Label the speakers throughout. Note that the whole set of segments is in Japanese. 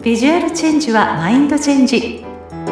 Speaker 1: ビジュアルチェンジはマインドチェンジ。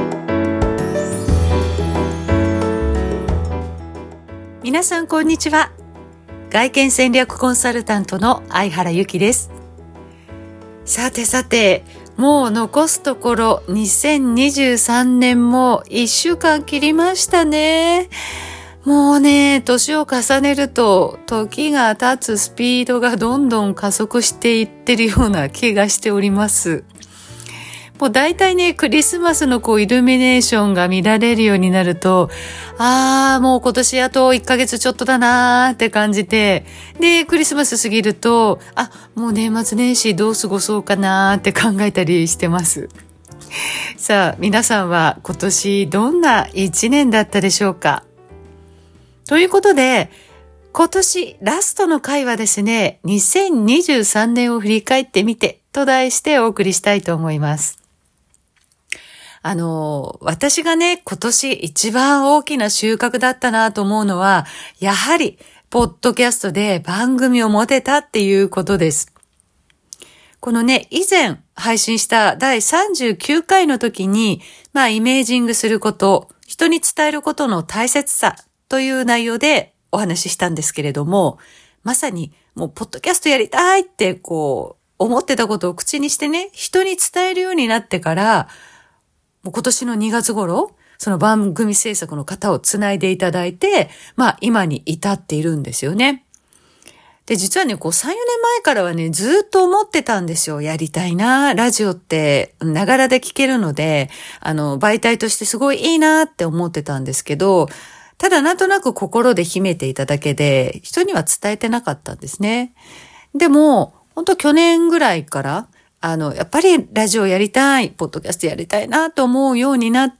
Speaker 1: 皆さんこんにちは。外見戦略コンサルタントの相原由紀です。さて、もう残すところ2023年も1週間切りましたね。もうね、年を重ねると時が経つスピードがどんどん加速していってるような気がしております。もう大体ね、クリスマスのイルミネーションが見られるようになると、もう今年あと1ヶ月ちょっとだなーって感じて、で、クリスマス過ぎると、もう年末年始どう過ごそうかなーって考えたりしてます。さあ、皆さんは今年どんな1年だったでしょうか？ということで、今年ラストの回はですね、2023年を振り返ってみてと題してお送りしたいと思います。私がね、今年一番大きな収穫だったなと思うのは、やはり、ポッドキャストで番組を持てたっていうことです。このね、以前配信した第39回の時に、イメージングすること、人に伝えることの大切さという内容でお話ししたんですけれども、まさにもうポッドキャストやりたいって思ってたことを口にしてね、人に伝えるようになってから、もう今年の2月頃、その番組制作の方をつないでいただいて、今に至っているんですよね。で、実はね、3、4年前からはね、ずっと思ってたんですよ。やりたいな。ラジオって、ながらで聞けるので、媒体としてすごいいいなって思ってたんですけど、ただなんとなく心で秘めていただけで、人には伝えてなかったんですね。でも、本当去年ぐらいから、やっぱりラジオやりたい、ポッドキャストやりたいなと思うようになって、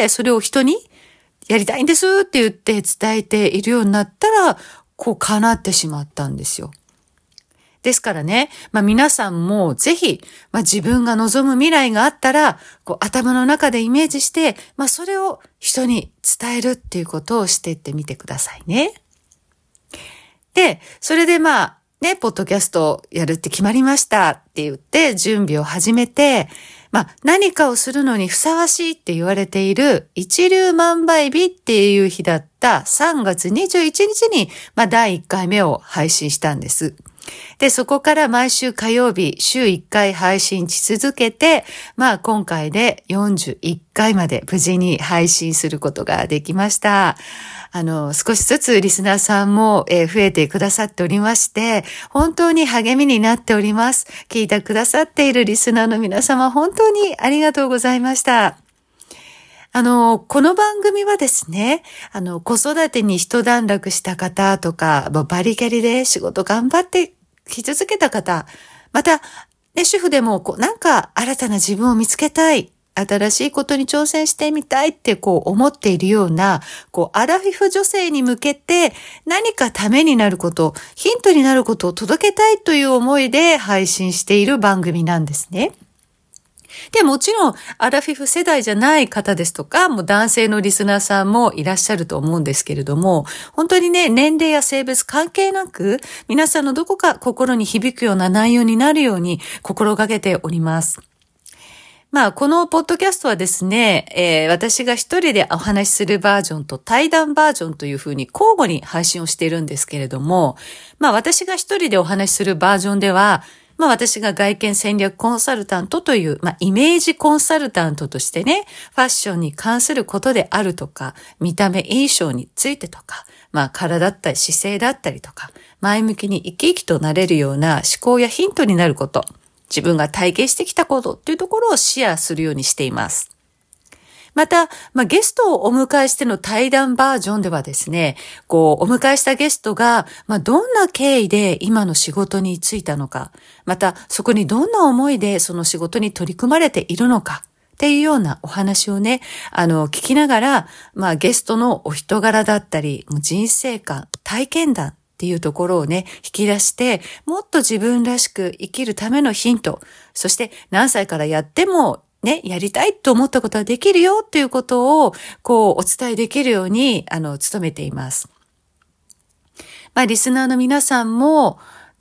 Speaker 1: それを人にやりたいんですって言って伝えているようになったら、叶ってしまったんですよ。ですからね、皆さんもぜひ、自分が望む未来があったら、頭の中でイメージして、それを人に伝えるっていうことをしていってみてくださいね。で、それでポッドキャストやるって決まりましたって言って準備を始めて、何かをするのにふさわしいって言われている一粒万倍日っていう日だった3月21日に、第1回目を配信したんです。で、そこから毎週火曜日、週1回配信し続けて、今回で41回まで無事に配信することができました。少しずつリスナーさんも増えてくださっておりまして、本当に励みになっております。聞いてくださっているリスナーの皆様、本当にありがとうございました。この番組はですね、子育てに一段落した方とか、バリキャリで仕事頑張ってき続けた方、また、主婦でもなんか新たな自分を見つけたい、新しいことに挑戦してみたいって思っているような、アラフィフ女性に向けて何かためになること、ヒントになることを届けたいという思いで配信している番組なんですね。で、もちろん、アラフィフ世代じゃない方ですとか、もう男性のリスナーさんもいらっしゃると思うんですけれども、本当にね、年齢や性別関係なく、皆さんのどこか心に響くような内容になるように心がけております。このポッドキャストはですね、私が一人でお話しするバージョンと対談バージョンというふうに交互に配信をしているんですけれども、私が一人でお話しするバージョンでは、私が外見戦略コンサルタントという、イメージコンサルタントとしてね、ファッションに関することであるとか、見た目印象についてとか、体だったり姿勢だったりとか、前向きに生き生きとなれるような思考やヒントになること、自分が体験してきたことっていうところをシェアするようにしています。また、ゲストをお迎えしての対談バージョンではですね、お迎えしたゲストが、どんな経緯で今の仕事に就いたのか、またそこにどんな思いでその仕事に取り組まれているのか、っていうようなお話をね、聞きながら、ゲストのお人柄だったり、人生観、体験談っていうところをね、引き出して、もっと自分らしく生きるためのヒント、そして何歳からやってもね、やりたいと思ったことはできるよっていうことを、お伝えできるように、努めています。リスナーの皆さんも、ね、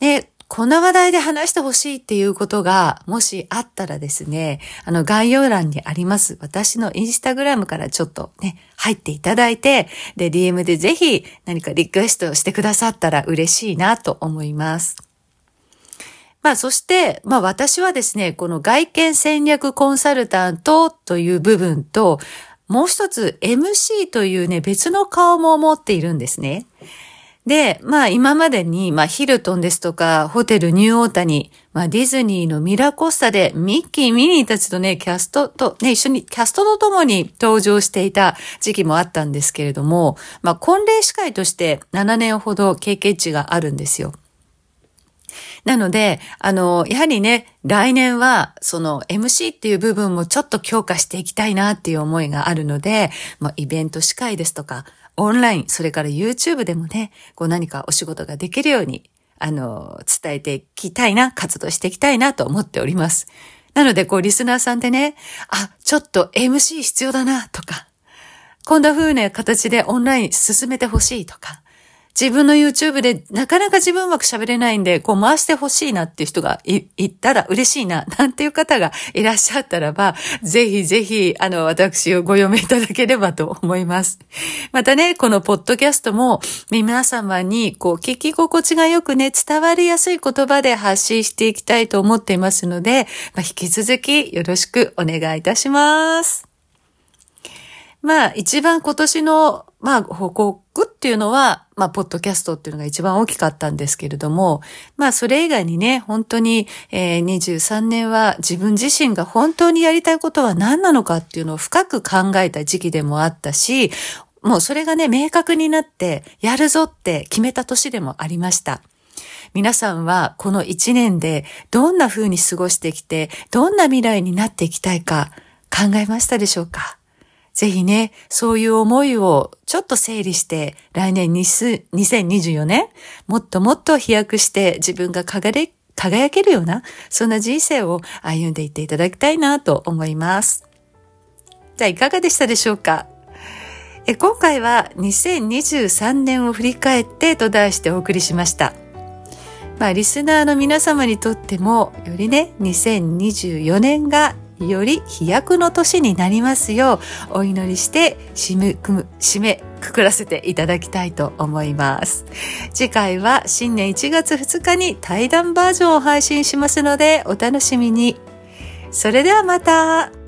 Speaker 1: この話題で話してほしいっていうことがもしあったらですね、概要欄にあります私のインスタグラムからちょっとね、入っていただいて、で、DM でぜひ何かリクエストしてくださったら嬉しいなと思います。そして、私はですね、この外見戦略コンサルタントという部分と、もう一つ MC というね、別の顔も持っているんですね。で、今までに、ヒルトンですとか、ホテルニューオータニ、ディズニーのミラコスタでミッキー・ミニーたちとね、一緒にキャストと共に登場していた時期もあったんですけれども、婚礼司会として7年ほど経験値があるんですよ。なので、やはりね、来年は、その MC っていう部分もちょっと強化していきたいなっていう思いがあるので、イベント司会ですとか、オンライン、それから YouTube でもね、何かお仕事ができるように、伝えていきたいな、活動していきたいなと思っております。なので、リスナーさんでね、ちょっと MC 必要だな、とか、こんな風な形でオンライン進めてほしいとか、自分の YouTube でなかなか自分うまく喋れないんで、回してほしいなっていう人がいたら嬉しいな、なんていう方がいらっしゃったらば、ぜひぜひ、私をご読みいただければと思います。またね、このポッドキャストも、皆様に、聞き心地がよくね、伝わりやすい言葉で発信していきたいと思っていますので、引き続きよろしくお願いいたします。一番今年の、報告っていうのは、ポッドキャストっていうのが一番大きかったんですけれども、それ以外にね、本当に、23年は自分自身が本当にやりたいことは何なのかっていうのを深く考えた時期でもあったし、もうそれがね、明確になって、やるぞって決めた年でもありました。皆さんはこの1年でどんな風に過ごしてきて、どんな未来になっていきたいか考えましたでしょうか？ぜひね、そういう思いをちょっと整理して、来年2024年、もっともっと飛躍して自分が輝けるような、そんな人生を歩んでいっていただきたいなと思います。じゃあいかがでしたでしょうか？今回は2023年を振り返ってと題してお送りしました。リスナーの皆様にとっても、よりね、2024年がより飛躍の年になりますようお祈りして締めくくらせていただきたいと思います。次回は新年1月2日に対談バージョンを配信しますのでお楽しみに。それではまた。